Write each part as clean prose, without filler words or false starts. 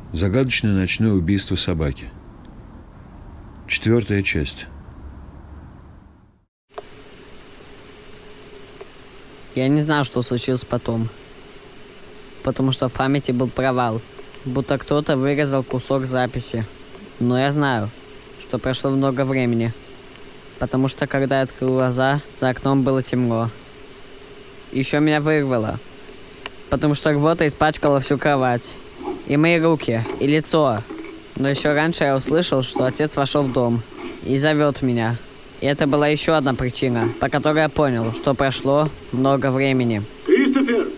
Загадочное ночное убийство собаки. 4 часть. Я не знаю, что случилось потом. Потому что в памяти был провал. Будто кто-то вырезал кусок записи. Но я знаю, что прошло много времени. Потому что когда я открыл глаза, за окном было темно. Еще меня вырвало. Потому что рвота испачкала всю кровать. И мои руки, и лицо. Но еще раньше я услышал, что отец вошел в дом и зовет меня. И это была еще одна причина, по которой я понял, что прошло много времени. Кристофер!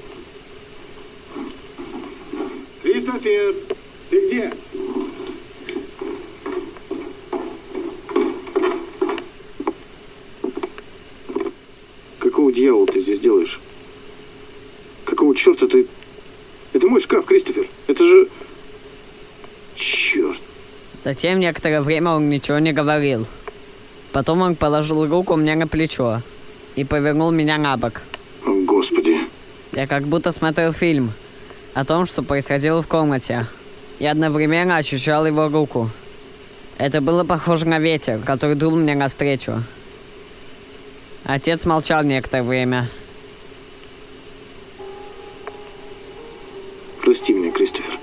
Кристофер! Ты где? Какого дьявола ты здесь делаешь? Какого черта ты... Это мой шкаф, Кристофер. Это же... Черт. Затем некоторое время он ничего не говорил. Потом он положил руку мне на плечо и повернул меня на бок. О, Господи. Я как будто смотрел фильм о том, что происходило в комнате. И одновременно ощущал его руку. Это было похоже на ветер, который дул мне навстречу. Отец молчал некоторое время. Прости меня, Кристофер.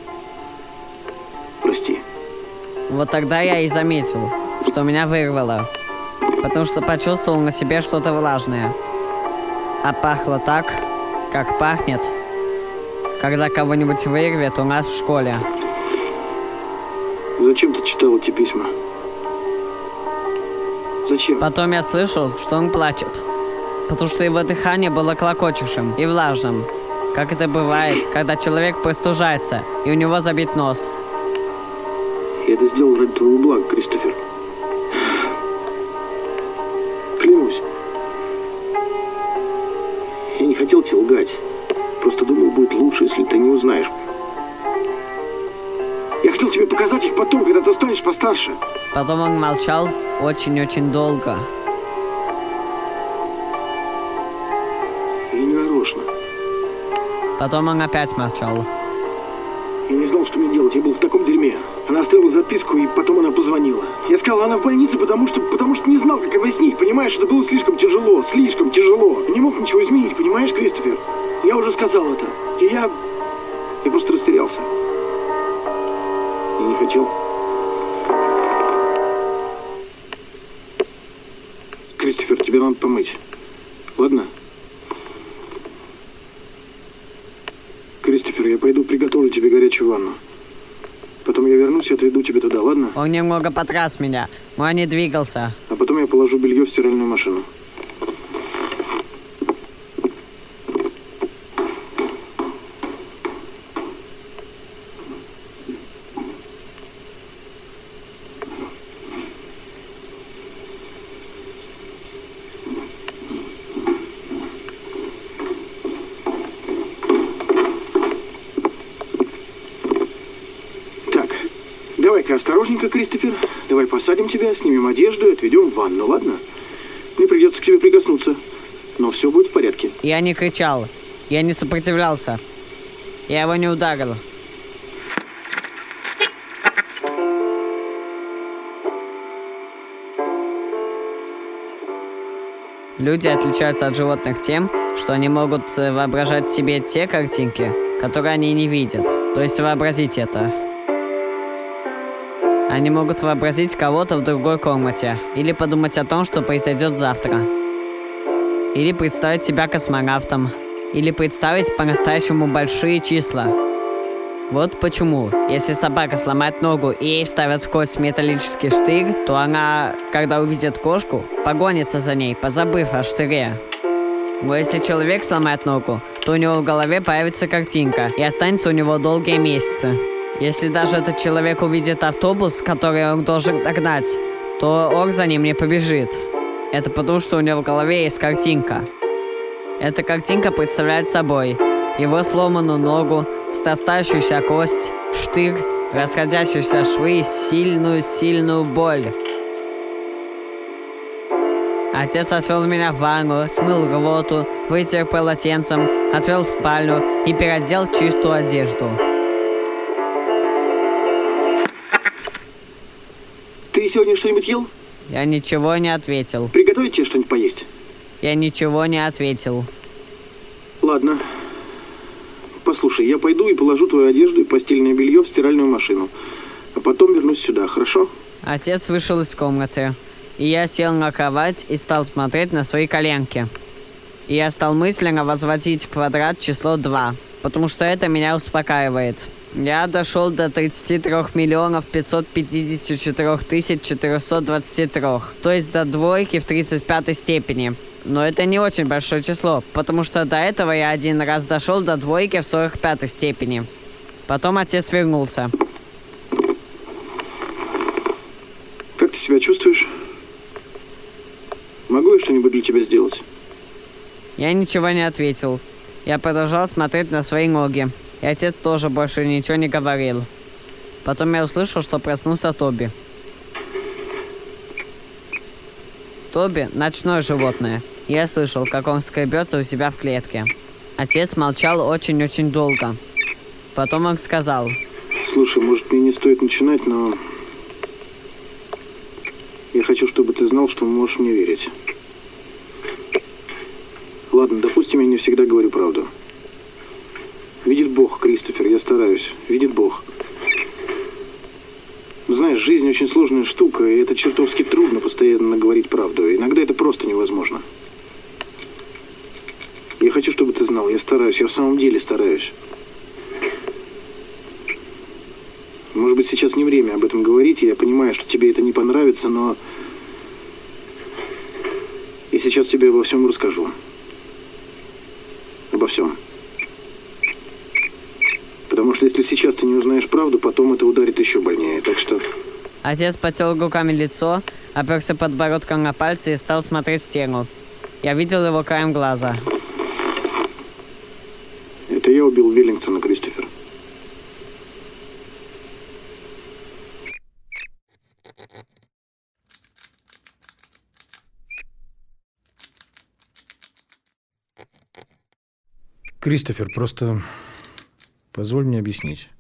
Прости. Вот тогда я и заметил, что меня вырвало, потому что почувствовал на себе что-то влажное. А пахло так, как пахнет, когда кого-нибудь вырвет у нас в школе. Зачем ты читал эти письма? Зачем? Потом я слышал, что он плачет, потому что его дыхание было клокочущим и влажным, как это бывает, когда человек простужается, и у него забит нос. Я это сделал ради твоего блага, Кристофер. Клянусь. Я не хотел тебе лгать. Просто думал, будет лучше, если ты не узнаешь. Я хотел тебе показать их потом, когда ты станешь постарше. Потом он молчал очень-очень долго. Я не нарочно. Потом он опять молчал. Я не знал, что мне делать. Я был в таком дерьме. Она оставила записку, и потом она позвонила. Я сказал, она в больнице, потому что не знал, как объяснить. Понимаешь, это было слишком тяжело. Слишком тяжело. Я не мог ничего изменить, понимаешь, Кристофер? Я уже сказал это. И я просто растерялся. Я не хотел. Кристофер, тебе надо помыть. Ладно? Кристофер, я пойду приготовлю тебе горячую ванну. Потом я вернусь и отведу тебя туда, ладно? Он немного потряс меня, но я не двигался. А потом я положу белье в стиральную машину. Давай-ка осторожненько, Кристофер. Давай посадим тебя, снимем одежду и отведем в ванну, ладно? Мне придется к тебе прикоснуться, но все будет в порядке. Я не кричал, я не сопротивлялся. Я его не ударил. Люди отличаются от животных тем, что они могут воображать себе те картинки, которые они не видят. То есть вообразить это. Они могут вообразить кого-то в другой комнате, или подумать о том, что произойдет завтра. Или представить себя космонавтом, или представить по-настоящему большие числа. Вот почему, если собака сломает ногу и ей вставят в кость металлический штырь, то она, когда увидит кошку, погонится за ней, позабыв о штыре. Но если человек сломает ногу, то у него в голове появится картинка и останется у него долгие месяцы. Если даже этот человек увидит автобус, который он должен догнать, то он за ним не побежит. Это потому, что у него в голове есть картинка. Эта картинка представляет собой его сломанную ногу, срастающуюся кость, штырь, расходящиеся швы, сильную боль. Отец отвел меня в ванну, смыл рвоту, вытер полотенцем, отвел в спальню и переодел в чистую одежду. сегодня что-нибудь ел? Я ничего не ответил. Приготовить тебе что-нибудь поесть? Я ничего не ответил. Ладно. Послушай, я пойду и положу твою одежду и постельное белье в стиральную машину. А потом вернусь сюда, хорошо? Отец вышел из комнаты. И я сел на кровать и стал смотреть на свои коленки. И я стал мысленно возводить в квадрат число 2, потому что это меня успокаивает. Я дошел до 33 554 423, то есть до двойки в 35 степени. Но это не очень большое число, потому что до этого я один раз дошел до двойки в 45 степени. Потом отец вернулся. Как ты себя чувствуешь? Могу я что-нибудь для тебя сделать? Я ничего не ответил. Я продолжал смотреть на свои ноги. И отец тоже больше ничего не говорил. Потом я услышал, что проснулся Тоби. Тоби – ночное животное. Я слышал, как он скребется у себя в клетке. Отец молчал очень-очень долго. Потом он сказал: слушай, может, мне не стоит начинать, но... я хочу, чтобы ты знал, что можешь мне верить. Ладно, допустим, я не всегда говорю правду. Видит Бог, Кристофер, я стараюсь. Видит Бог. Знаешь, жизнь очень сложная штука, и это чертовски трудно постоянно говорить правду. Иногда это просто невозможно. Я хочу, чтобы ты знал, я стараюсь, я в самом деле стараюсь. Может быть, сейчас не время об этом говорить, и я понимаю, что тебе это не понравится, но... я сейчас тебе обо всем расскажу. Обо всем. Потому что если сейчас ты не узнаешь правду, потом это ударит еще больнее, так что... Отец потер руками лицо, оперся подбородком на пальцы и стал смотреть в стену. Я видел его краем глаза. Это я убил Веллингтона, Кристофер. Кристофер, просто позволь мне объяснить.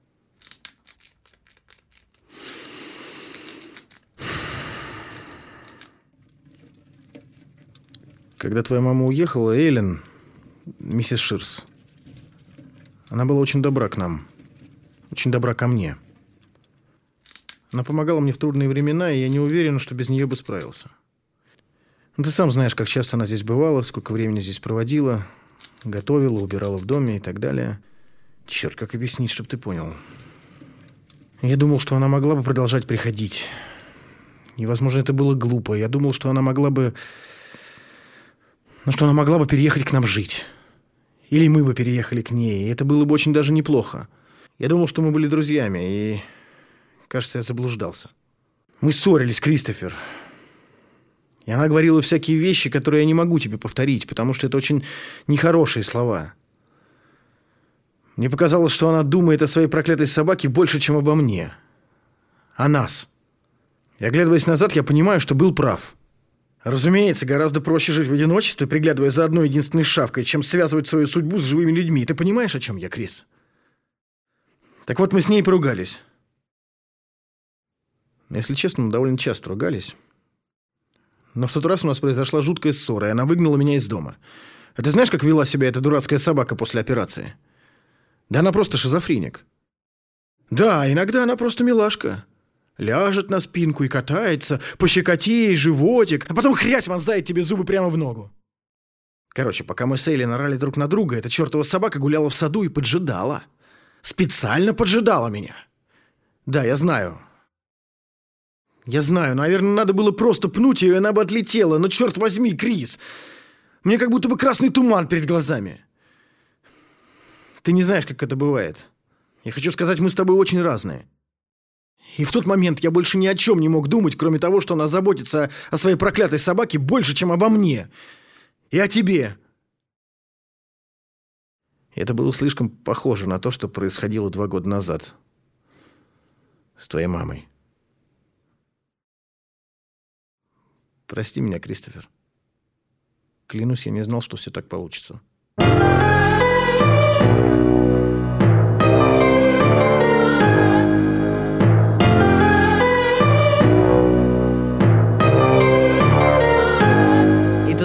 Когда твоя мама уехала, Эллен, миссис Ширс, она была очень добра к нам, очень добра ко мне. Она помогала мне в трудные времена, и я не уверен, что без нее бы справился. Ну, ты сам знаешь, как часто она здесь бывала, сколько времени здесь проводила, готовила, убирала в доме и так далее. Черт, как объяснить, чтобы ты понял? Я думал, что она могла бы продолжать приходить. И, возможно, это было глупо. Я думал, что она могла бы... что она могла бы переехать к нам жить. Или мы бы переехали к ней. И это было бы очень даже неплохо. Я думал, что мы были друзьями, и... кажется, я заблуждался. Мы ссорились, Кристофер. И она говорила всякие вещи, которые я не могу тебе повторить, потому что это очень нехорошие слова. Мне показалось, что она думает о своей проклятой собаке больше, чем обо мне. О нас. И, оглядываясь назад, я понимаю, что был прав. Разумеется, гораздо проще жить в одиночестве, приглядывая за одной единственной шавкой, чем связывать свою судьбу с живыми людьми. Ты понимаешь, о чем я, Крис? Так вот, мы с ней поругались. Если честно, мы довольно часто ругались. Но в тот раз у нас произошла жуткая ссора, и она выгнала меня из дома. А ты знаешь, как вела себя эта дурацкая собака после операции? Да она просто шизофреник. Да, иногда она просто милашка. Ляжет на спинку и катается, пощекоти ей животик, а потом хрясь вонзает тебе зубы прямо в ногу. Короче, пока мы с Эйлин орали друг на друга, эта чертова собака гуляла в саду и поджидала. Специально поджидала меня. Да, я знаю. Я знаю, наверное, надо было просто пнуть ее, и она бы отлетела. Но черт возьми, Крис, мне как будто бы красный туман перед глазами. Ты не знаешь, как это бывает. Я хочу сказать, мы с тобой очень разные. И в тот момент я больше ни о чем не мог думать, кроме того, что она заботится о своей проклятой собаке больше, чем обо мне. И о тебе. И это было слишком похоже на то, что происходило 2 года назад. С твоей мамой. Прости меня, Кристофер. Клянусь, я не знал, что все так получится.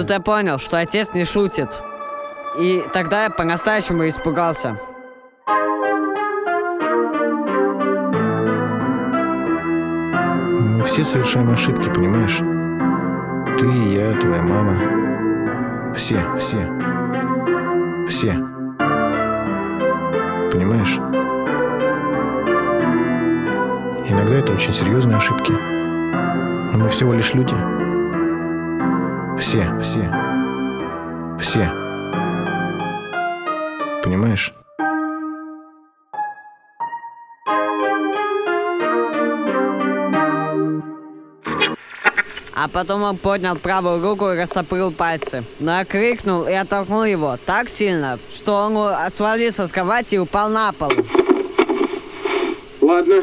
Тут я понял, что отец не шутит. И тогда я по-настоящему испугался. Мы все совершаем ошибки, понимаешь? Ты, я, твоя мама. Все. Понимаешь? Иногда это очень серьезные ошибки. Но мы всего лишь люди. Все. Понимаешь? А потом он поднял правую руку и растопырил пальцы. Но я крикнул и оттолкнул его так сильно, что он свалился с кровати и упал на пол. Ладно.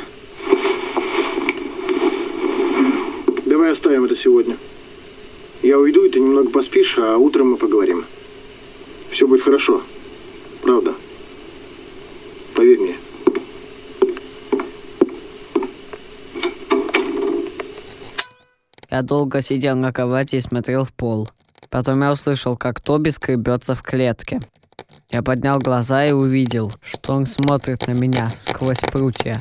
Давай оставим это сегодня. Я уйду, и ты немного поспишь, а утром мы поговорим. Все будет хорошо. Правда. Поверь мне. Я долго сидел на кровати и смотрел в пол. Потом я услышал, как Тоби скребется в клетке. Я поднял глаза и увидел, что он смотрит на меня сквозь прутья.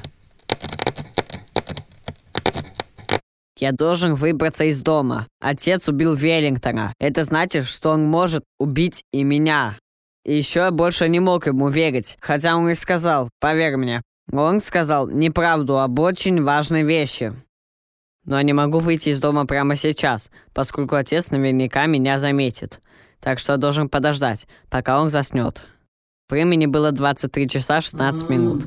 Я должен выбраться из дома. Отец убил Веллингтона. Это значит, что он может убить и меня. И еще я больше не мог ему верить, хотя он и сказал, поверь мне. Он сказал неправду об очень важной вещи. Но я не могу выйти из дома прямо сейчас, поскольку отец наверняка меня заметит. Так что я должен подождать, пока он заснет. Времени было 23 часа 16 минут.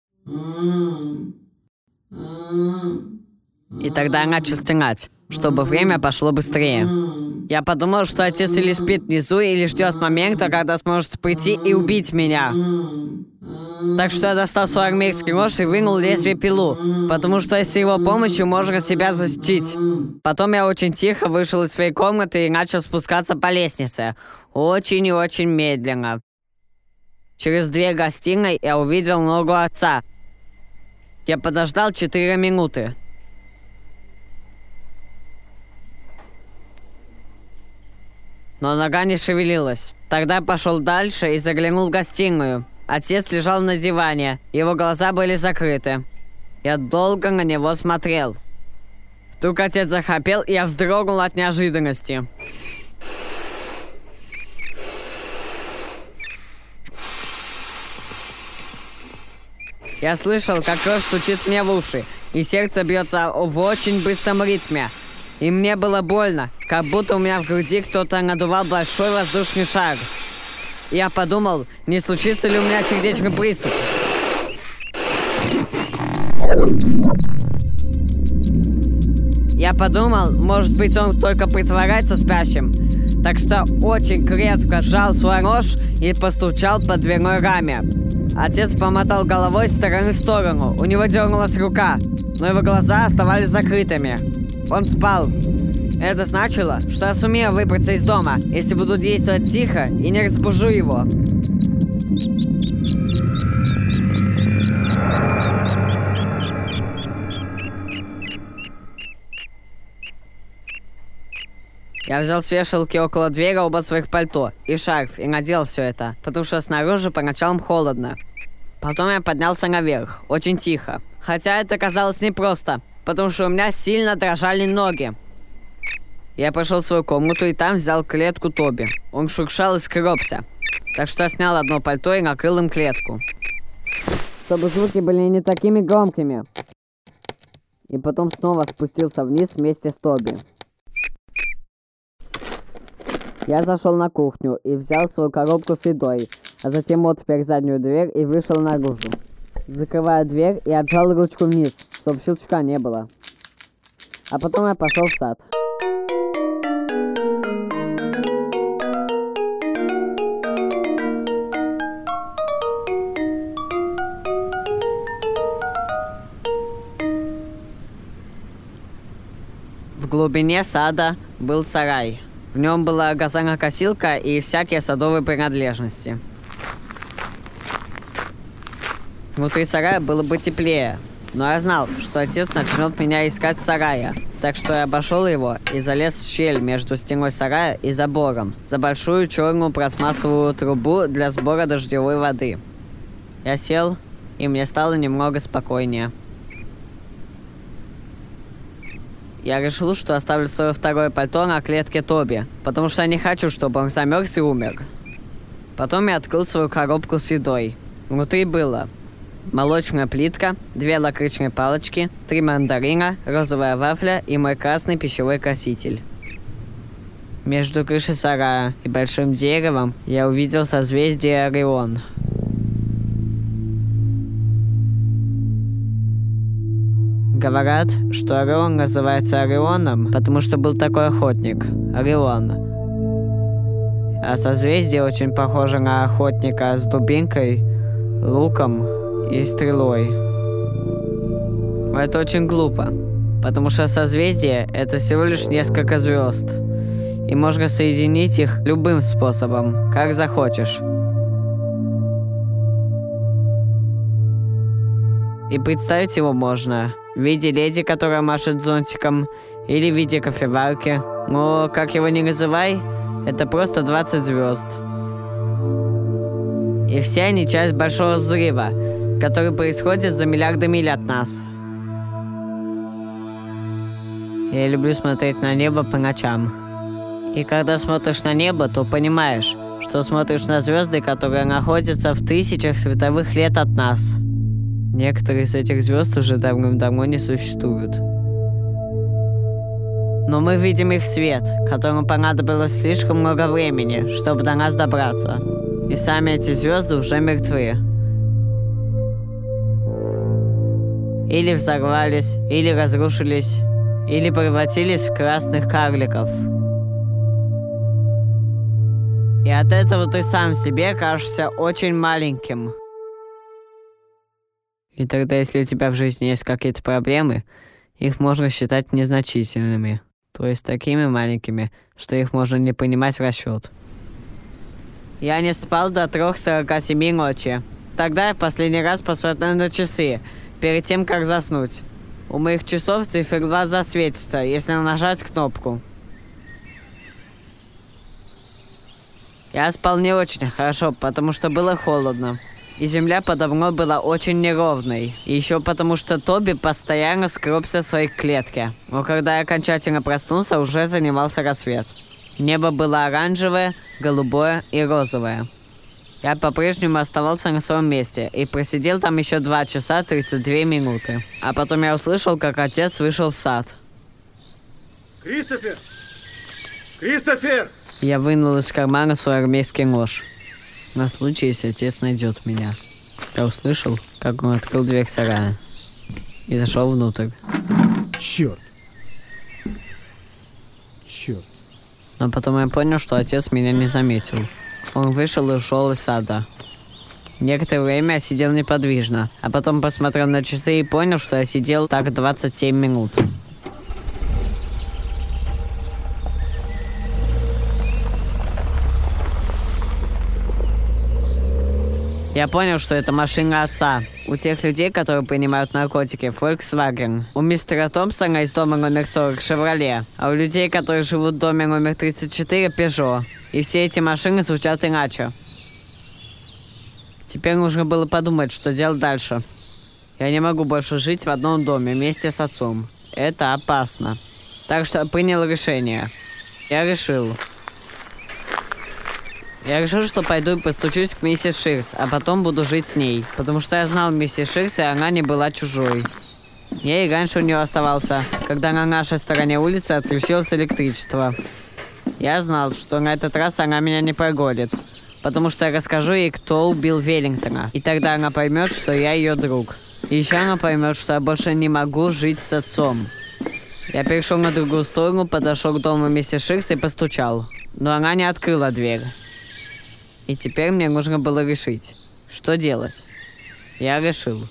И тогда я начал стенать, чтобы время пошло быстрее. Я подумал, что отец или спит внизу, или ждет момента, когда сможет прийти и убить меня. Так что я достал свой армейский нож и вынул лезвие пилу, потому что с его помощью можно себя защитить. Потом я очень тихо вышел из своей комнаты и начал спускаться по лестнице. Очень и очень медленно. Через дверь гостиной я увидел ногу отца. Я подождал 4 минуты. Но нога не шевелилась. Тогда я пошел дальше и заглянул в гостиную. Отец лежал на диване, его глаза были закрыты. Я долго на него смотрел. Вдруг отец захрапел, и я вздрогнул от неожиданности. Я слышал, как кровь стучит мне в уши, и сердце бьется в очень быстром ритме. И мне было больно, как будто у меня в груди кто-то надувал большой воздушный шар. Я подумал, не случится ли у меня сердечный приступ. Я подумал, может быть, он только притворяется спящим. Так что очень крепко сжал свой нож и постучал по дверной раме. Отец помотал головой с стороны в сторону. У него дернулась рука, но его глаза оставались закрытыми. Он спал. Это значило, что я сумею выбраться из дома, если буду действовать тихо и не разбужу его. Я взял с вешалки около двери оба своих пальто и шарф и надел все это, потому что снаружи поначалу холодно. Потом я поднялся наверх, очень тихо. Хотя это казалось непросто, потому что у меня сильно дрожали ноги. Я пошел в свою комнату и там взял клетку Тоби. Он шуршал и скребся. Так что я снял одно пальто и накрыл им клетку. Чтобы звуки были не такими громкими. И потом снова спустился вниз вместе с Тоби. Я зашел на кухню и взял свою коробку с едой, а затем отпер заднюю дверь и вышел наружу. Закрывая дверь, я отжал ручку вниз, чтобы щелчка не было. А потом я пошел в сад. В глубине сада был сарай. В нем была газонокосилка и всякие садовые принадлежности. Внутри сарая было бы теплее, но я знал, что отец начнет меня искать в сарае. Так что я обошел его и залез в щель между стеной сарая и забором за большую черную пластмассовую трубу для сбора дождевой воды. Я сел, и мне стало немного спокойнее. Я решил, что оставлю свое второе пальто на клетке Тоби, потому что я не хочу, чтобы он замерз и умер. Потом я открыл свою коробку с едой. Внутри было молочная плитка, 2 лакричные палочки, 3 мандарина, розовая вафля и мой красный пищевой краситель. Между крышей сарая и большим деревом я увидел созвездие Орион. Говорят, что Орион называется Орионом, потому что был такой охотник – Орион. А созвездие очень похоже на охотника с дубинкой, луком и стрелой. Это очень глупо, потому что созвездие – это всего лишь несколько звезд, и можно соединить их любым способом, как захочешь. И представить его можно в виде леди, которая машет зонтиком, или в виде кофеварки. Но, как его ни называй, это просто 20 звезд. И все они часть большого взрыва, который происходит за миллиарды миль от нас. Я люблю смотреть на небо по ночам. И когда смотришь на небо, то понимаешь, что смотришь на звезды, которые находятся в тысячах световых лет от нас. Некоторые из этих звезд уже давным-давно не существуют. Но мы видим их свет, которому понадобилось слишком много времени, чтобы до нас добраться. И сами эти звезды уже мертвы. Или взорвались, или разрушились, или превратились в красных карликов. И от этого ты сам себе кажешься очень маленьким. И тогда, если у тебя в жизни есть какие-то проблемы, их можно считать незначительными, то есть такими маленькими, что их можно не принимать в расчет. Я не спал до 3:47 ночи. Тогда я в последний раз посмотрел на часы, перед тем, как заснуть. У моих часов циферблат засветится, если нажать кнопку. Я спал не очень хорошо, потому что было холодно. И земля подо мной была очень неровной. И еще потому, что Тоби постоянно скребся в своей клетке. Но когда я окончательно проснулся, уже занимался рассвет. Небо было оранжевое, голубое и розовое. Я по-прежнему оставался на своем месте и просидел там еще 2 часа 32 минуты. А потом я услышал, как отец вышел в сад. Кристофер! Кристофер! Я вынул из кармана свой армейский нож. На случай, если отец найдет меня. Я услышал, как он открыл дверь сарая и зашел внутрь. Черт. Но потом я понял, что отец меня не заметил. Он вышел и ушел из сада. Некоторое время я сидел неподвижно, а потом посмотрел на часы и понял, что я сидел так 27 минут. Я понял, что это машина отца. У тех людей, которые принимают наркотики, Volkswagen. У мистера Томпсона из дома номер 40 Chevrolet. А у людей, которые живут в доме номер 34, Peugeot. И все эти машины звучат иначе. Теперь нужно было подумать, что делать дальше. Я не могу больше жить в одном доме вместе с отцом. Это опасно. Так что я принял решение. Я решил, что пойду и постучусь к миссис Ширс, а потом буду жить с ней. Потому что я знал миссис Ширс, и она не была чужой. Я и раньше у нее оставался, когда на нашей стороне улицы отключилось электричество. Я знал, что на этот раз она меня не прогонит, потому что я расскажу ей, кто убил Веллингтона. И тогда она поймет, что я ее друг. И еще она поймет, что я больше не могу жить с отцом. Я перешел на другую сторону, подошел к дому миссис Ширс и постучал. Но она не открыла дверь. И теперь мне нужно было решить, что делать. Я решил,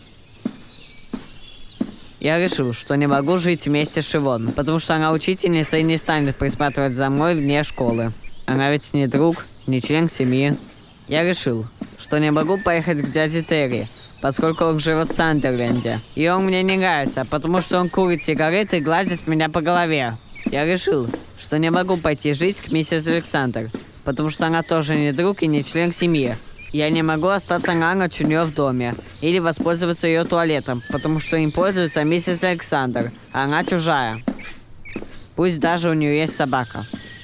что не могу жить вместе с Шивон, потому что она учительница и не станет присматривать за мной вне школы. Она ведь не друг, не член семьи. Я решил, что не могу поехать к дяде Терри, поскольку он живет в Сандерленде. И он мне не нравится, потому что он курит сигареты и гладит меня по голове. Я решил, что не могу пойти жить к миссис Александр, потому что она тоже не друг и не член семьи. Я не могу остаться на ночь у нее в доме или воспользоваться ее туалетом, потому что им пользуется миссис Александр, а она чужая. Пусть даже у нее есть собака.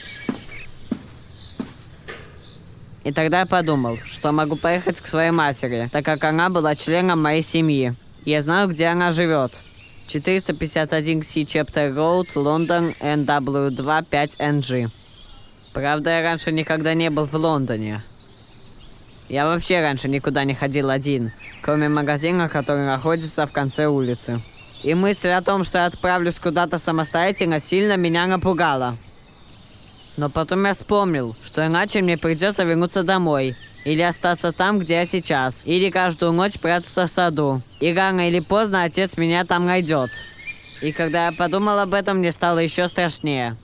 И тогда я подумал, что могу поехать к своей матери, так как она была членом моей семьи. Я знаю, где она живет. 451 Sea Chapter Road, Лондон, NW2 5NG. Правда, я раньше никогда не был в Лондоне. Я вообще раньше никуда не ходил один, кроме магазина, который находится в конце улицы. И мысль о том, что я отправлюсь куда-то самостоятельно, сильно меня напугала. Но потом я вспомнил, что иначе мне придется вернуться домой. Или остаться там, где я сейчас. Или каждую ночь прятаться в саду. И рано или поздно отец меня там найдет. И когда я подумал об этом, мне стало еще страшнее.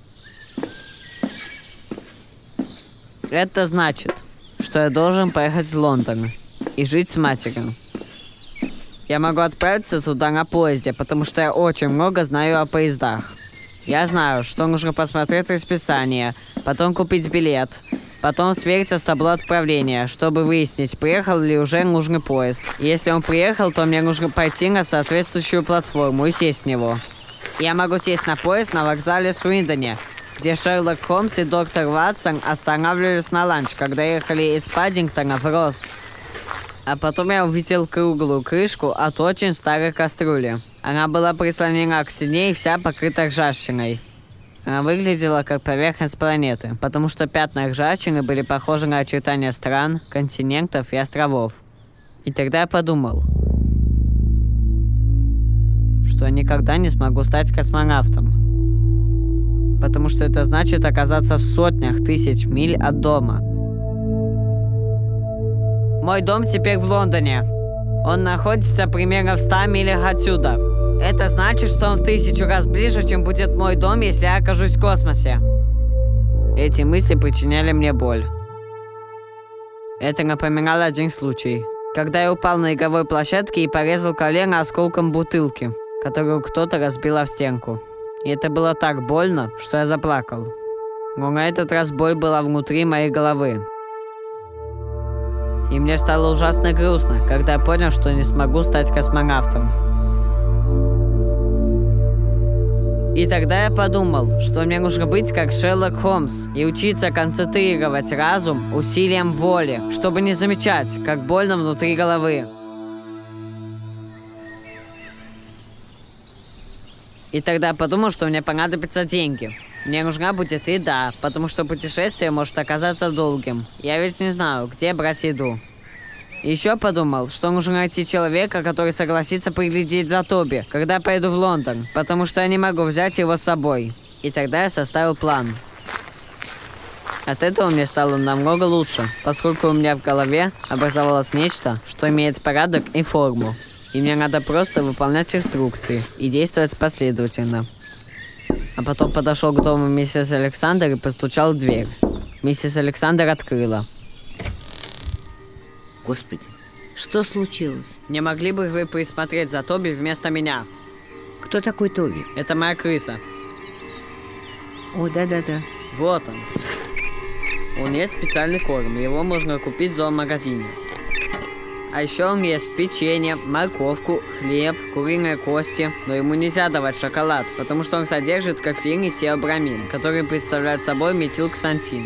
Это значит, что я должен поехать в Лондон и жить с матерью. Я могу отправиться туда на поезде, потому что я очень много знаю о поездах. Я знаю, что нужно посмотреть расписание, потом купить билет, потом свериться с табло отправления, чтобы выяснить, приехал ли уже нужный поезд. Если он приехал, то мне нужно пойти на соответствующую платформу и сесть в него. Я могу сесть на поезд на вокзале в Суиндоне, где Шерлок Холмс и доктор Ватсон останавливались на ланч, когда ехали из Паддингтона в Росс. А потом я увидел круглую крышку от очень старой кастрюли. Она была прислонена к стене и вся покрыта ржавчиной. Она выглядела как поверхность планеты, потому что пятна ржавчины были похожи на очертания стран, континентов и островов. И тогда я подумал, что я никогда не смогу стать космонавтом. Потому что это значит оказаться в сотнях тысяч миль от дома. Мой дом теперь в Лондоне. Он находится примерно в 100 милях отсюда. Это значит, что он в 1000 раз ближе, чем будет мой дом, если я окажусь в космосе. Эти мысли причиняли мне боль. Это напоминало один случай, когда я упал на игровой площадке и порезал колено осколком бутылки, которую кто-то разбил об стенку. И это было так больно, что я заплакал. Но на этот раз боль была внутри моей головы. И мне стало ужасно грустно, когда я понял, что не смогу стать космонавтом. И тогда я подумал, что мне нужно быть как Шерлок Холмс и учиться концентрировать разум усилием воли, чтобы не замечать, как больно внутри головы. И тогда я подумал, что мне понадобятся деньги. Мне нужна будет еда, потому что путешествие может оказаться долгим. Я ведь не знаю, где брать еду. Еще подумал, что нужно найти человека, который согласится приглядеть за Тоби, когда поеду в Лондон, потому что я не могу взять его с собой. И тогда я составил план. От этого мне стало намного лучше, поскольку у меня в голове образовалось нечто, что имеет порядок и форму. И мне надо просто выполнять инструкции и действовать последовательно. А потом подошел к дому миссис Александр и постучал в дверь. Миссис Александр открыла. Господи, что случилось? Не могли бы вы присмотреть за Тоби вместо меня? Кто такой Тоби? Это моя крыса. О, да-да-да. Вот он. Он ест специальный корм, его можно купить в зоомагазине. А еще он ест печенье, морковку, хлеб, куриные кости. Но ему нельзя давать шоколад, потому что он содержит кофеин и теобрамин, которые представляют собой метилксантин.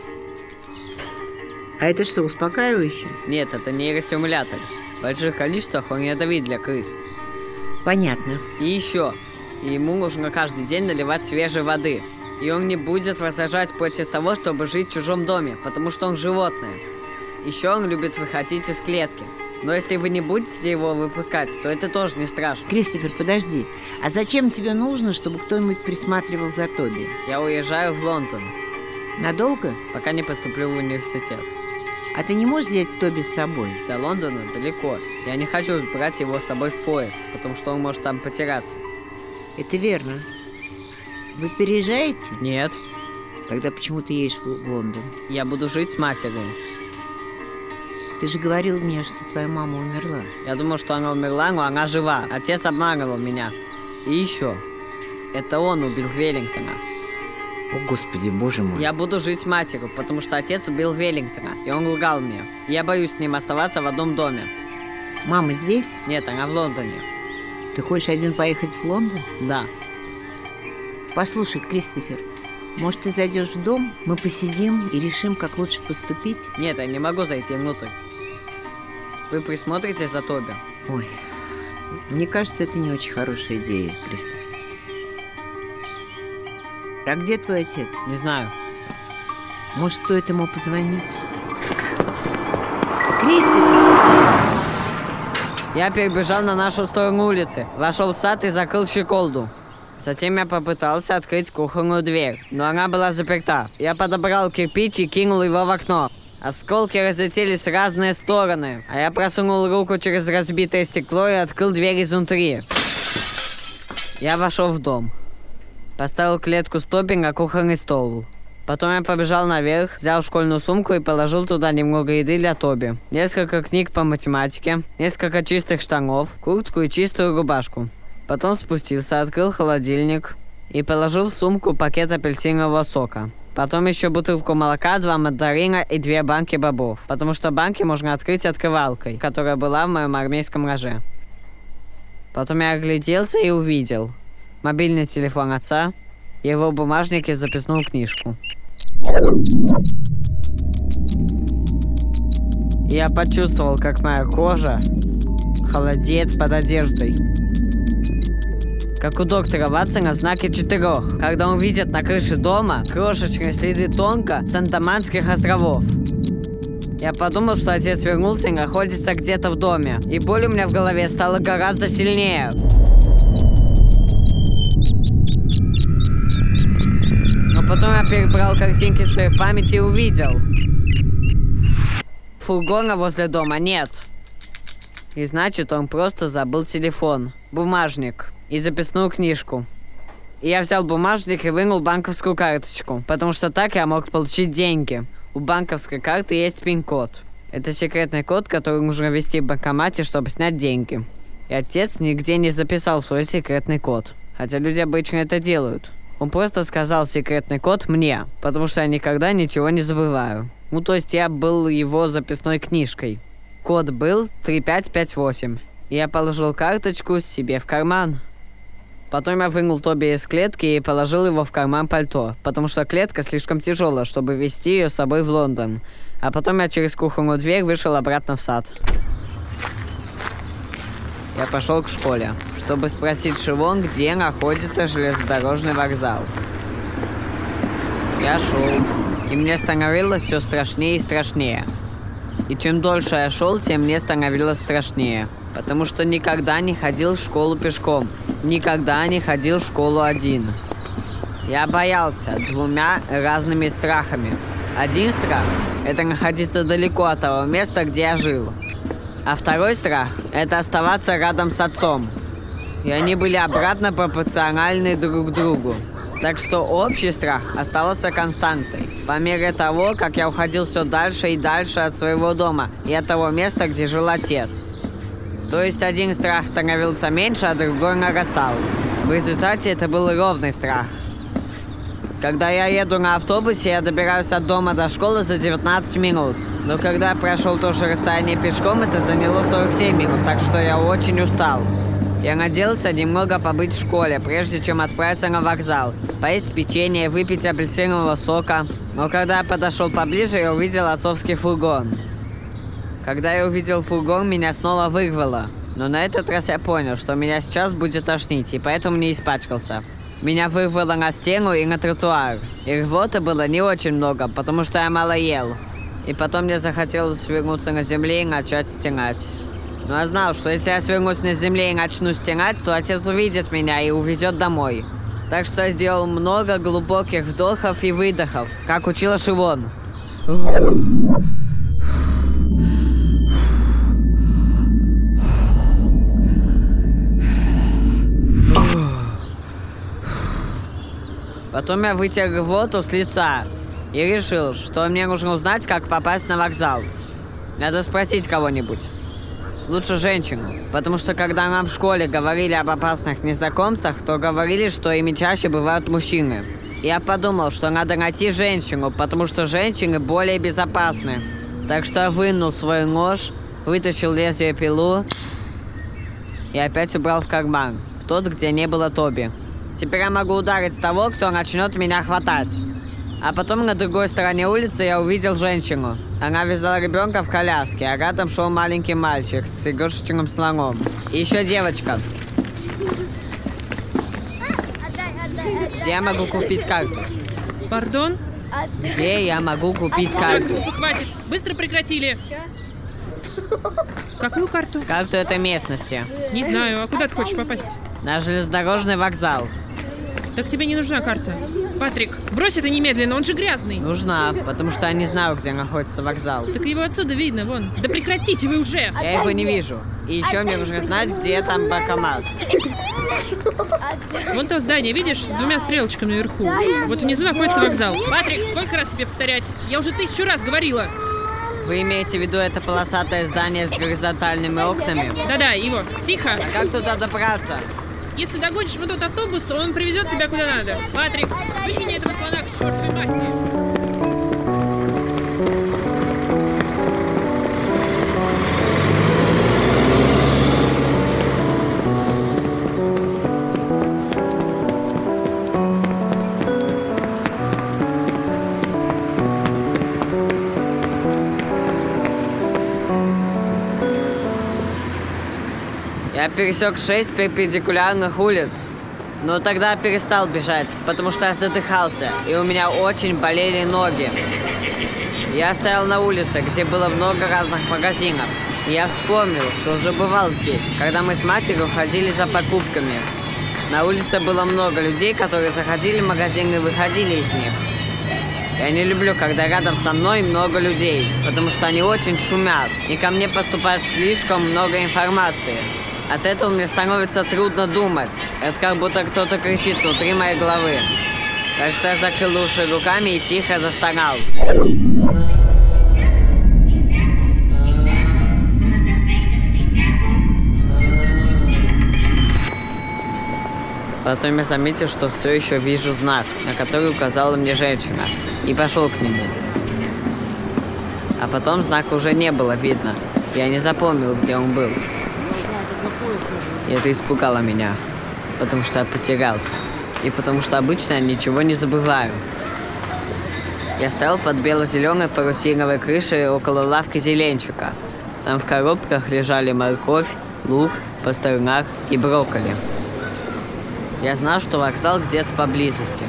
А это что, успокаивающее? Нет, это нейростимулятор. В больших количествах он ядовит для крыс. Понятно. И еще, ему нужно каждый день наливать свежей воды. И он не будет возражать против того, чтобы жить в чужом доме, потому что он животное. Еще он любит выходить из клетки. Но если вы не будете его выпускать, то это тоже не страшно. Кристофер, подожди. А зачем тебе нужно, чтобы кто-нибудь присматривал за Тоби? Я уезжаю в Лондон. Надолго? Пока не поступлю в университет. А ты не можешь взять Тоби с собой? До Лондона далеко. Я не хочу брать его с собой в поезд, потому что он может там потеряться. Это верно. Вы переезжаете? Нет. Тогда почему ты едешь в Лондон? Я буду жить с матерью. Ты же говорил мне, что твоя мама умерла. Я думал, что она умерла, но она жива. Отец обманывал меня. И еще. Это он убил Веллингтона. О, Господи, Боже мой. Я буду жить с матерью, потому что отец убил Веллингтона, и он лгал мне. Я боюсь с ним оставаться в одном доме. Мама здесь? Нет, она в Лондоне. Ты хочешь один поехать в Лондон? Да. Послушай, Кристофер, может, ты зайдешь в дом, мы посидим и решим, как лучше поступить? Нет, я не могу зайти внутрь. Вы присмотрите за Тоби? Ой, мне кажется, это не очень хорошая идея, Кристофер. А где твой отец? Не знаю. Может, стоит ему позвонить? Кристофер! Я перебежал на нашу сторону улицы, вошел в сад и закрыл щеколду. Затем я попытался открыть кухонную дверь, но она была заперта. Я подобрал кирпич и кинул его в окно. Осколки разлетелись в разные стороны, а я просунул руку через разбитое стекло и открыл дверь изнутри. Я вошел в дом. Поставил клетку с Тоби на кухонный стол. Потом я побежал наверх, взял школьную сумку и положил туда немного еды для Тоби. Несколько книг по математике, несколько чистых штанов, куртку и чистую рубашку. Потом спустился, открыл холодильник и положил в сумку пакет апельсинового сока. Потом еще бутылку молока, 2 мандарина и 2 банки бобов. Потому что банки можно открыть открывалкой, которая была в моем армейском ноже. Потом я огляделся и увидел мобильный телефон отца, его бумажник и записную книжку. Я почувствовал, как моя кожа холодеет под одеждой. Как у доктора Ватсона в знаке 4, когда он видит на крыше дома крошечные следы Тонга с Андаманских островов. Я подумал, что отец вернулся и находится где-то в доме, и боль у меня в голове стала гораздо сильнее. Но потом я перебрал картинки в своей памяти и увидел. Фургона возле дома нет. И значит, он просто забыл телефон, бумажник и записную книжку. И я взял бумажник и вынул банковскую карточку, потому что так я мог получить деньги. У банковской карты есть пин-код. Это секретный код, который нужно ввести в банкомате, чтобы снять деньги. И отец нигде не записал свой секретный код. Хотя люди обычно это делают. Он просто сказал секретный код мне, потому что я никогда ничего не забываю. Ну, то есть я был его записной книжкой. Код был 3558. И я положил карточку себе в карман. Потом я вынул Тоби из клетки и положил его в карман пальто, потому что клетка слишком тяжелая, чтобы везти ее с собой в Лондон. А потом я через кухонную дверь вышел обратно в сад. Я пошел к школе, чтобы спросить Шивон, где находится железнодорожный вокзал. Я шел, и мне становилось все страшнее и страшнее. И чем дольше я шел, тем мне становилось страшнее. Потому что никогда не ходил в школу пешком. Никогда не ходил в школу один. Я боялся 2 разными страхами. Один страх – это находиться далеко от того места, где я жил. А второй страх – это оставаться рядом с отцом. И они были обратно пропорциональны друг другу. Так что общий страх оставался константой. По мере того, как я уходил все дальше и дальше от своего дома и от того места, где жил отец. То есть один страх становился меньше, а другой нарастал. В результате это был ровный страх. Когда я еду на автобусе, я добираюсь от дома до школы за 19 минут. Но когда я прошел то же расстояние пешком, это заняло 47 минут, так что я очень устал. Я надеялся немного побыть в школе, прежде чем отправиться на вокзал, поесть печенье, выпить апельсинового сока. Но когда я подошел поближе, я увидел отцовский фургон. Когда я увидел фургон, меня снова вырвало. Но на этот раз я понял, что меня сейчас будет тошнить, и поэтому не испачкался. Меня вырвало на стену и на тротуар. И рвоты было не очень много, потому что я мало ел. И потом мне захотелось свернуться на земле и начать стенать. Но я знал, что если я свернусь на земле и начну стенать, то отец увидит меня и увезет домой. Так что я сделал много глубоких вдохов и выдохов, как учила Шивон. Потом я вытер рвоту с лица и решил, что мне нужно узнать, как попасть на вокзал. Надо спросить кого-нибудь. Лучше женщину. Потому что когда нам в школе говорили об опасных незнакомцах, то говорили, что ими чаще бывают мужчины. Я подумал, что надо найти женщину, потому что женщины более безопасны. Так что я вынул свой нож, вытащил лезвие пилу и опять убрал в карман, в тот, где не было Тоби. Теперь я могу ударить того, кто начнет меня хватать. А потом на другой стороне улицы я увидел женщину. Она везла ребенка в коляске, а рядом шел маленький мальчик с игрушечным слоном. И еще девочка. Где я могу купить карту? Пардон? Где я могу купить карту? Хватит! Быстро прекратили! Какую карту? Карту этой местности. Не знаю, а куда ты хочешь попасть? На железнодорожный вокзал. Так тебе не нужна карта. Патрик, брось это немедленно, он же грязный. Нужна, потому что я не знаю, где находится вокзал. Так его отсюда видно, вон. Да прекратите вы уже! Я его не вижу. И еще мне нужно знать, где там банкомат. Вон то здание, видишь, с 2 стрелочками наверху. Вот внизу находится вокзал. Патрик, сколько раз тебе повторять? Я уже 1000 раз говорила. Вы имеете в виду это полосатое здание с горизонтальными окнами? Да-да, его. Тихо. А как туда добраться? Если догонишь вот тот автобус, он привезет тебя куда надо. Патрик, выкини этого слона к чертовой матери. Я пересек 6 перпендикулярных улиц. Но тогда перестал бежать, потому что я задыхался, и у меня очень болели ноги. Я стоял на улице, где было много разных магазинов. И я вспомнил, что уже бывал здесь, когда мы с матерью ходили за покупками. На улице было много людей, которые заходили в магазин и выходили из них. Я не люблю, когда рядом со мной много людей, потому что они очень шумят, и ко мне поступает слишком много информации. От этого мне становится трудно думать. Это как будто кто-то кричит внутри моей головы. Так что я закрыл уши руками и тихо застонал. Потом я заметил, что все еще вижу знак, на который указала мне женщина, и пошел к нему. А потом знака уже не было видно. Я не запомнил, где он был. И это испугало меня, потому что я потерялся. И потому что обычно я ничего не забываю. Я стоял под бело-зеленой парусиновой крышей около лавки зеленчика. Там в коробках лежали морковь, лук, пастернак и брокколи. Я знал, что вокзал где-то поблизости.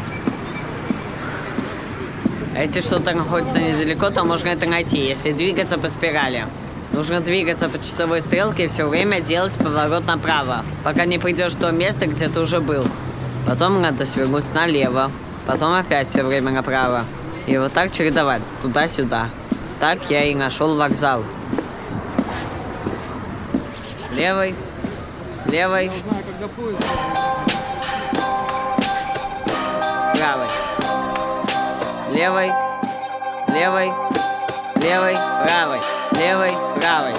А если что-то находится недалеко, то можно это найти, если двигаться по спирали. Нужно двигаться по часовой стрелке и все время делать поворот направо, пока не придешь в то место, где ты уже был. Потом надо свернуть налево, потом опять все время направо. И вот так чередовать, туда-сюда. Так я и нашел вокзал. Левый, левый, правый. Левый, левый, левый, правый. Левый, правый.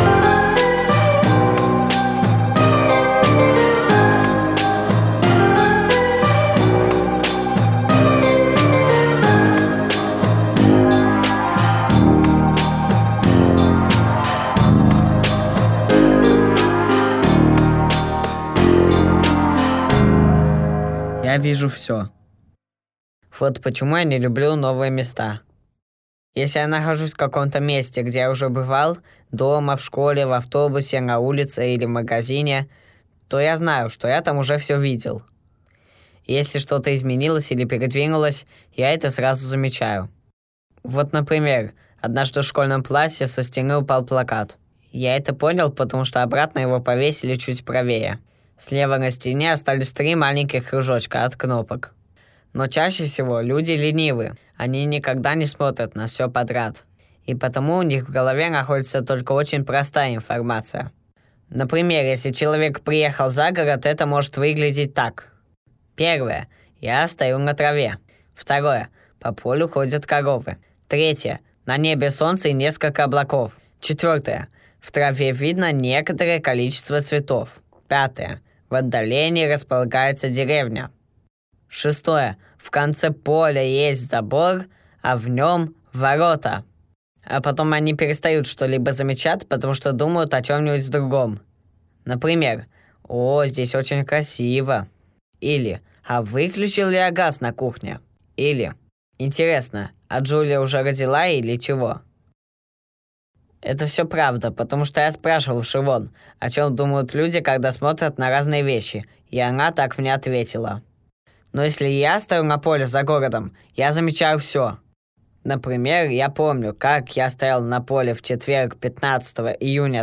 Я вижу все. Вот почему я не люблю новые места. Если я нахожусь в каком-то месте, где я уже бывал, дома, в школе, в автобусе, на улице или в магазине, то я знаю, что я там уже все видел. Если что-то изменилось или передвинулось, я это сразу замечаю. Вот, например, однажды в школьном классе со стены упал плакат. Я это понял, потому что обратно его повесили чуть правее. Слева на стене остались 3 маленьких кружочка от кнопок. Но чаще всего люди ленивы. Они никогда не смотрят на все подряд. И потому у них в голове находится только очень простая информация. Например, если человек приехал за город, это может выглядеть так. Первое. Я стою на траве. Второе. По полю ходят коровы. Третье. На небе солнце и несколько облаков. 4. В траве видно некоторое количество цветов. 5. В отдалении располагается деревня. 6. В конце поля есть забор, а в нем ворота. А потом они перестают что-либо замечать, потому что думают о чем-нибудь другом. Например, «О, здесь очень красиво». Или «А выключил ли я газ на кухне?» Или «Интересно, а Джулия уже родила или чего?» Это все правда, потому что я спрашивал Шивон, о чем думают люди, когда смотрят на разные вещи, и она так мне ответила. Но если я стою на поле за городом, я замечаю все. Например, я помню, как я стоял на поле в четверг 15 июня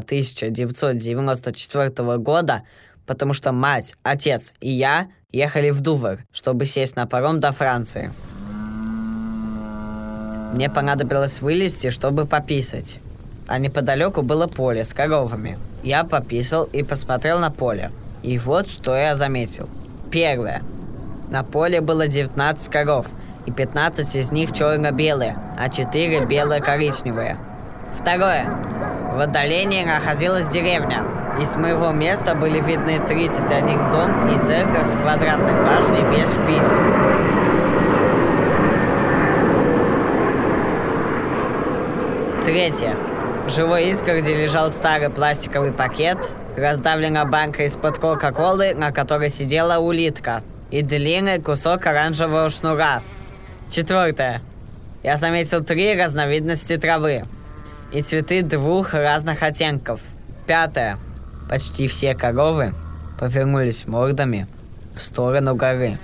1994 года, потому что мать, отец и я ехали в Дувр, чтобы сесть на паром до Франции. Мне понадобилось вылезти, чтобы пописать. А неподалеку было поле с коровами. Я пописал и посмотрел на поле. И вот что я заметил. Первое. На поле было 19 коров, и 15 из них черно-белые, а 4 бело-коричневые. Второе. В отдалении находилась деревня. И с моего места были видны 31 дом и церковь с квадратной башней без шпиля. Третье. В живой изгороди лежал старый пластиковый пакет, раздавлена банка из-под Кока-Колы, на которой сидела улитка, и длинный кусок оранжевого шнура. 4. Я заметил 3 разновидности травы и цветы 2 разных оттенков. 5. Почти все коровы повернулись мордами в сторону горы.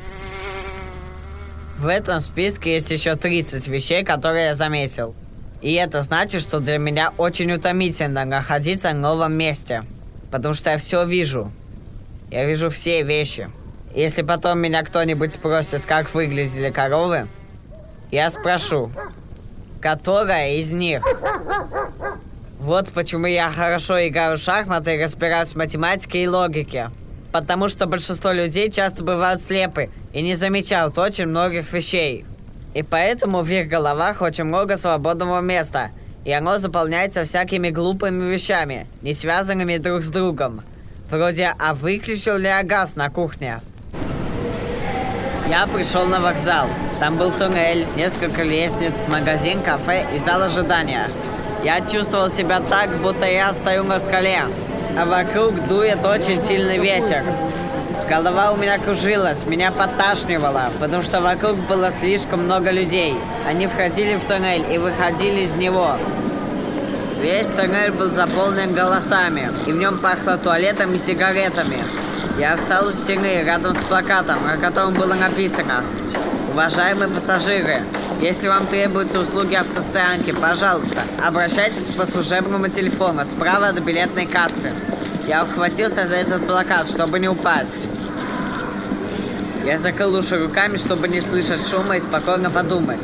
В этом списке есть еще 30 вещей, которые я заметил. И это значит, что для меня очень утомительно находиться в новом месте. Потому что я все вижу. Я вижу все вещи. И если потом меня кто-нибудь спросит, как выглядели коровы, я спрошу, которая из них? Вот почему я хорошо играю в шахматы и разбираюсь в математике и логике. Потому что большинство людей часто бывают слепы и не замечают очень многих вещей. И поэтому в их головах очень много свободного места, и оно заполняется всякими глупыми вещами, не связанными друг с другом. Вроде «А выключил ли я газ на кухне?» Я пришел на вокзал. Там был туннель, несколько лестниц, магазин, кафе и зал ожидания. Я чувствовал себя так, будто я стою на скале, а вокруг дует очень сильный ветер. Голова у меня кружилась, меня подташнивало, потому что вокруг было слишком много людей. Они входили в туннель и выходили из него. Весь туннель был заполнен голосами, и в нем пахло туалетом и сигаретами. Я встал у стены рядом с плакатом, на котором было написано: «Уважаемые пассажиры, если вам требуются услуги автостоянки, пожалуйста, обращайтесь по служебному телефону справа от билетной кассы». Я ухватился за этот плакат, чтобы не упасть. Я закрыл уши руками, чтобы не слышать шума и спокойно подумать.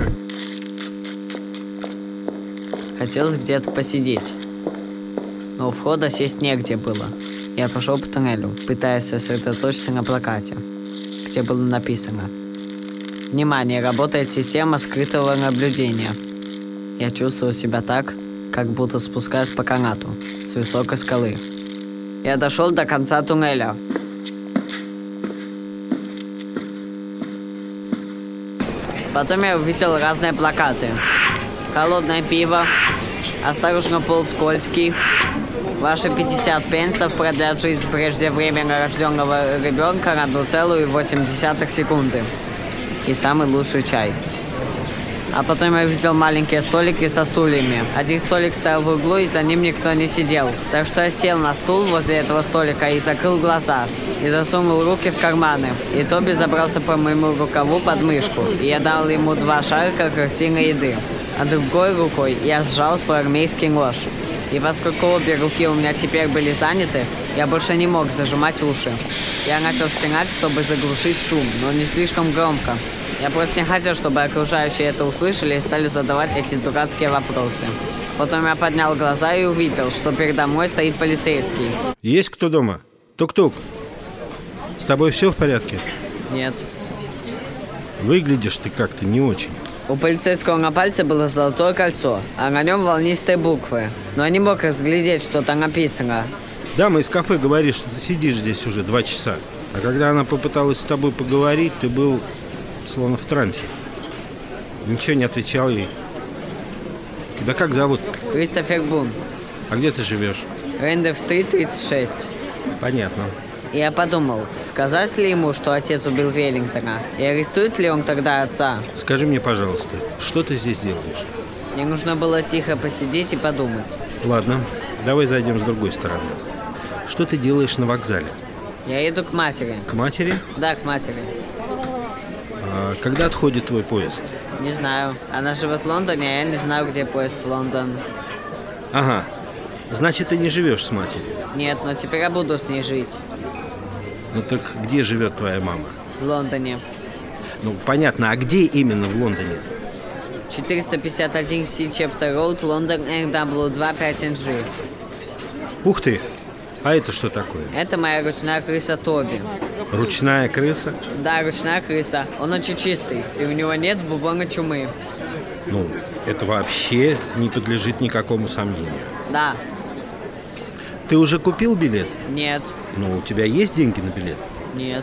Хотелось где-то посидеть, но у входа сесть негде было. Я пошел по туннелю, пытаясь сосредоточиться на плакате, где было написано: «Внимание, работает система скрытого наблюдения». Я чувствовал себя так, как будто спускаюсь по канату с высокой скалы. Я дошел до конца туннеля. Потом я увидел разные плакаты. «Холодное пиво», «Осторожно, пол скользкий», «Ваши 50 пенсов продлят жизнь преждевременно рожденного ребенка на 1,8 секунды» и «Самый лучший чай». А потом я увидел маленькие столики со стульями. Один столик стоял в углу, и за ним никто не сидел. Так что я сел на стул возле этого столика и закрыл глаза. И засунул руки в карманы. И Тоби забрался по моему рукаву под мышку. И я дал ему 2 шарика крысиной еды. А другой рукой я сжал свой армейский нож. И поскольку обе руки у меня теперь были заняты, я больше не мог зажимать уши. Я начал стенать, чтобы заглушить шум, но не слишком громко. Я просто не хотел, чтобы окружающие это услышали и стали задавать эти дурацкие вопросы. Потом я поднял глаза и увидел, что передо мной стоит полицейский. Есть кто дома? Тук-тук. С тобой все в порядке? Нет. Выглядишь ты как-то не очень. У полицейского на пальце было золотое кольцо, а на нем волнистые буквы. Но я не мог разглядеть, что там написано. Дама из кафе говорит, что ты сидишь здесь уже 2 часа. А когда она попыталась с тобой поговорить, ты был словно в трансе. Ничего не отвечал ей. Тебя как зовут? Кристофер Бун. А где ты живешь? Рэндольф-стрит, 36. Понятно. И я подумал, сказать ли ему, что отец убил Веллингтона, и арестует ли он тогда отца? Скажи мне, пожалуйста, что ты здесь делаешь? Мне нужно было тихо посидеть и подумать. Ладно, давай зайдем с другой стороны. Что ты делаешь на вокзале? Я еду к матери. К матери? Да, к матери. А когда отходит твой поезд? Не знаю. Она живет в Лондоне, а я не знаю, где поезд в Лондон. Ага. Значит, ты не живешь с матерью? Нет, но теперь я буду с ней жить. Ну так где живет твоя мама? В Лондоне. Ну, понятно, а где именно в Лондоне? 451 Сичептер Роуд, Лондон, NW2 5NG. Ух ты! А это что такое? Это моя ручная крыса Тоби. Ручная крыса? Да, ручная крыса. Он очень чистый, и у него нет бубонной чумы. Ну, это вообще не подлежит никакому сомнению. Да. Ты уже купил билет? Нет. Ну, у тебя есть деньги на билет? Нет.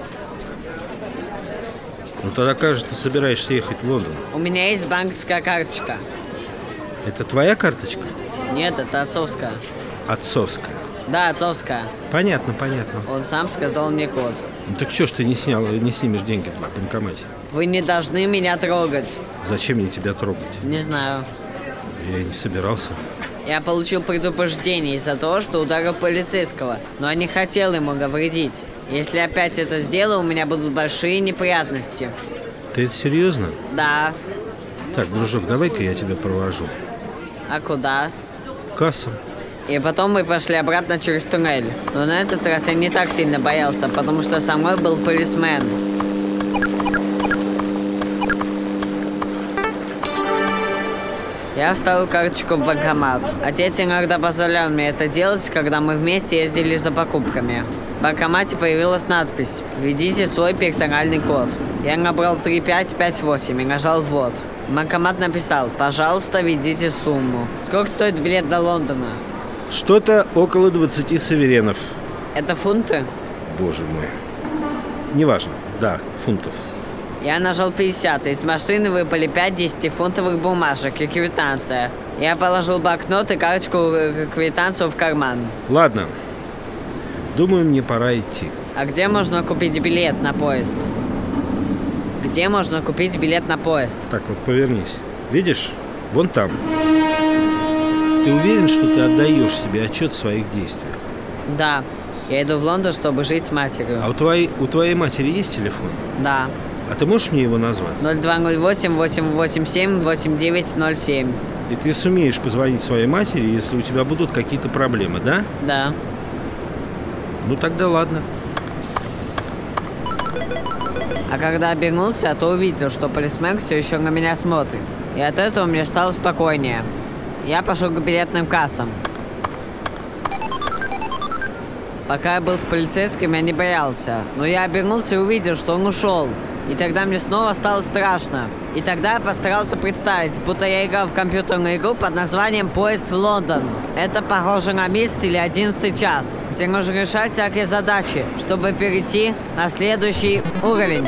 Ну, тогда, кажется, ты собираешься ехать в Лондон. У меня есть банковская карточка. Это твоя карточка? Нет, это отцовская. Отцовская. Да, отцовская. Понятно, понятно. Он сам сказал мне код. Ну, так что ж ты не снимешь деньги в банкомате? Вы не должны меня трогать. Зачем мне тебя трогать? Не знаю. Я и не собирался. Я получил предупреждение из-за того, что ударил полицейского, но я не хотел ему навредить. Если опять это сделаю, у меня будут большие неприятности. Ты это серьезно? Да. Так, дружок, давай-ка я тебя провожу. А куда? В кассу. И потом мы пошли обратно через туннель. Но на этот раз я не так сильно боялся, потому что со мной был полисмен. Я вставил карточку в банкомат. Отец иногда позволял мне это делать, когда мы вместе ездили за покупками. В банкомате появилась надпись «Введите свой персональный код». Я набрал 3558 и нажал «Ввод». Банкомат написал «Пожалуйста, введите сумму». Сколько стоит билет до Лондона? Что-то около 20 суверенов. Это фунты? Боже мой. Неважно. Да, фунтов. Я нажал 50, и из машины выпали 5 10-фунтовых бумажек и квитанция. Я положил блокнот и карточку квитанцию в карман. Ладно. Думаю, мне пора идти. А где можно купить билет на поезд? Где можно купить билет на поезд? Так вот, повернись. Видишь? Вон там. Ты уверен, что ты отдаешь себе отчет в своих действиях? Да. Я иду в Лондон, чтобы жить с матерью. А у твоей матери есть телефон? Да. А ты можешь мне его назвать? 0208-887-8907. И ты сумеешь позвонить своей матери, если у тебя будут какие-то проблемы, да? Да. Ну тогда ладно. А когда обернулся, то увидел, что полисмен все еще на меня смотрит. И от этого мне стало спокойнее. Я пошел к билетным кассам. Пока я был с полицейским, я не боялся. Но я обернулся и увидел, что он ушел. И тогда мне снова стало страшно. И тогда я постарался представить, будто я играл в компьютерную игру под названием «Поезд в Лондон». Это похоже на Мист или 11 час, где нужно решать всякие задачи, чтобы перейти на следующий уровень.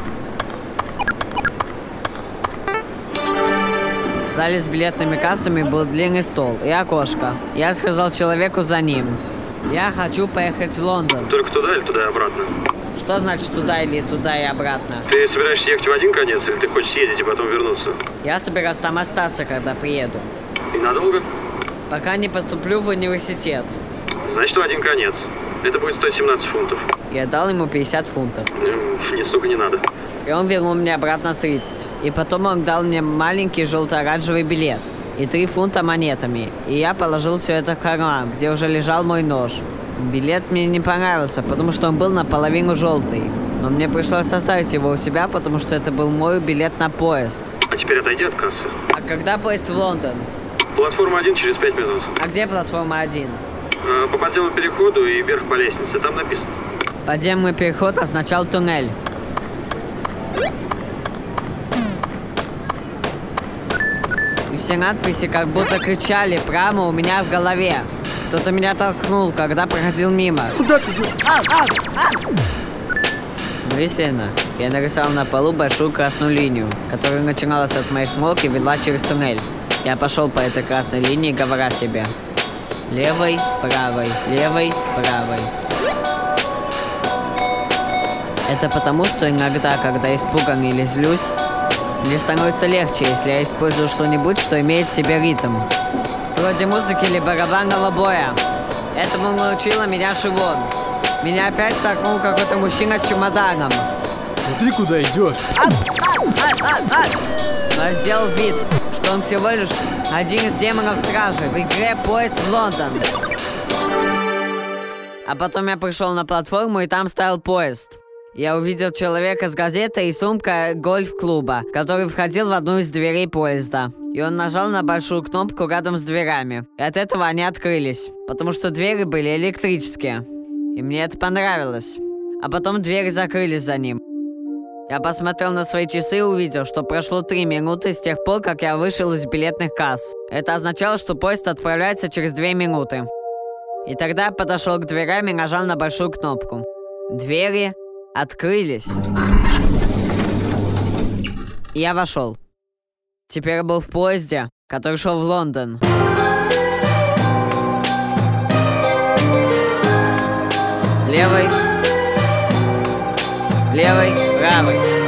В зале с билетными кассами был длинный стол и окошко. Я сказал человеку за ним: «Я хочу поехать в Лондон». Только туда или туда и обратно? Что значит туда или туда и обратно? Ты собираешься ехать в один конец или ты хочешь съездить и потом вернуться? Я собираюсь там остаться, когда приеду. И надолго? Пока не поступлю в университет. Значит, в один конец. Это будет стоить 17 фунтов. Я дал ему 50 фунтов. Не столько не надо. И он вернул мне обратно 30. И потом он дал мне маленький желто-оранжевый билет и 3 фунта монетами. И я положил все это в карман, где уже лежал мой нож. Билет мне не понравился, потому что он был наполовину желтый. Но мне пришлось оставить его у себя, потому что это был мой билет на поезд. А теперь отойди от кассы. А когда поезд в Лондон? Платформа 1 через 5 минут. А где платформа 1? По подземному переходу и вверх по лестнице. Там написано. Подземный переход означал туннель. И все надписи как будто кричали прямо у меня в голове. Кто-то меня толкнул, когда проходил мимо. Куда ты идешь? Мысленно я нарисовал на полу большую красную линию, которая начиналась от моих ног и вела через туннель. Я пошел по этой красной линии, говоря себе: левой, правой, левой, правой. Это потому, что иногда, когда испуган или злюсь, мне становится легче, если я использую что-нибудь, что имеет в себе ритм. Вроде музыки или барабанного боя. Этому научила меня Шивон. Меня опять столкнул какой-то мужчина с чемоданом. Смотри, куда идешь. Но я сделал вид, что он всего лишь один из демонов стражи в игре «Поезд в Лондон». А потом я пришел на платформу и там стоял поезд. Я увидел человека с газетой и сумкой гольф-клуба, который входил в одну из дверей поезда. И он нажал на большую кнопку рядом с дверями. И от этого они открылись, потому что двери были электрические. И мне это понравилось. А потом двери закрылись за ним. Я посмотрел на свои часы и увидел, что прошло 3 минуты с тех пор, как я вышел из билетных касс. Это означало, что поезд отправляется через 2 минуты. И тогда я подошел к дверям и нажал на большую кнопку. Двери открылись. И я вошел. Теперь я был в поезде, который шел в Лондон. Левой, правой.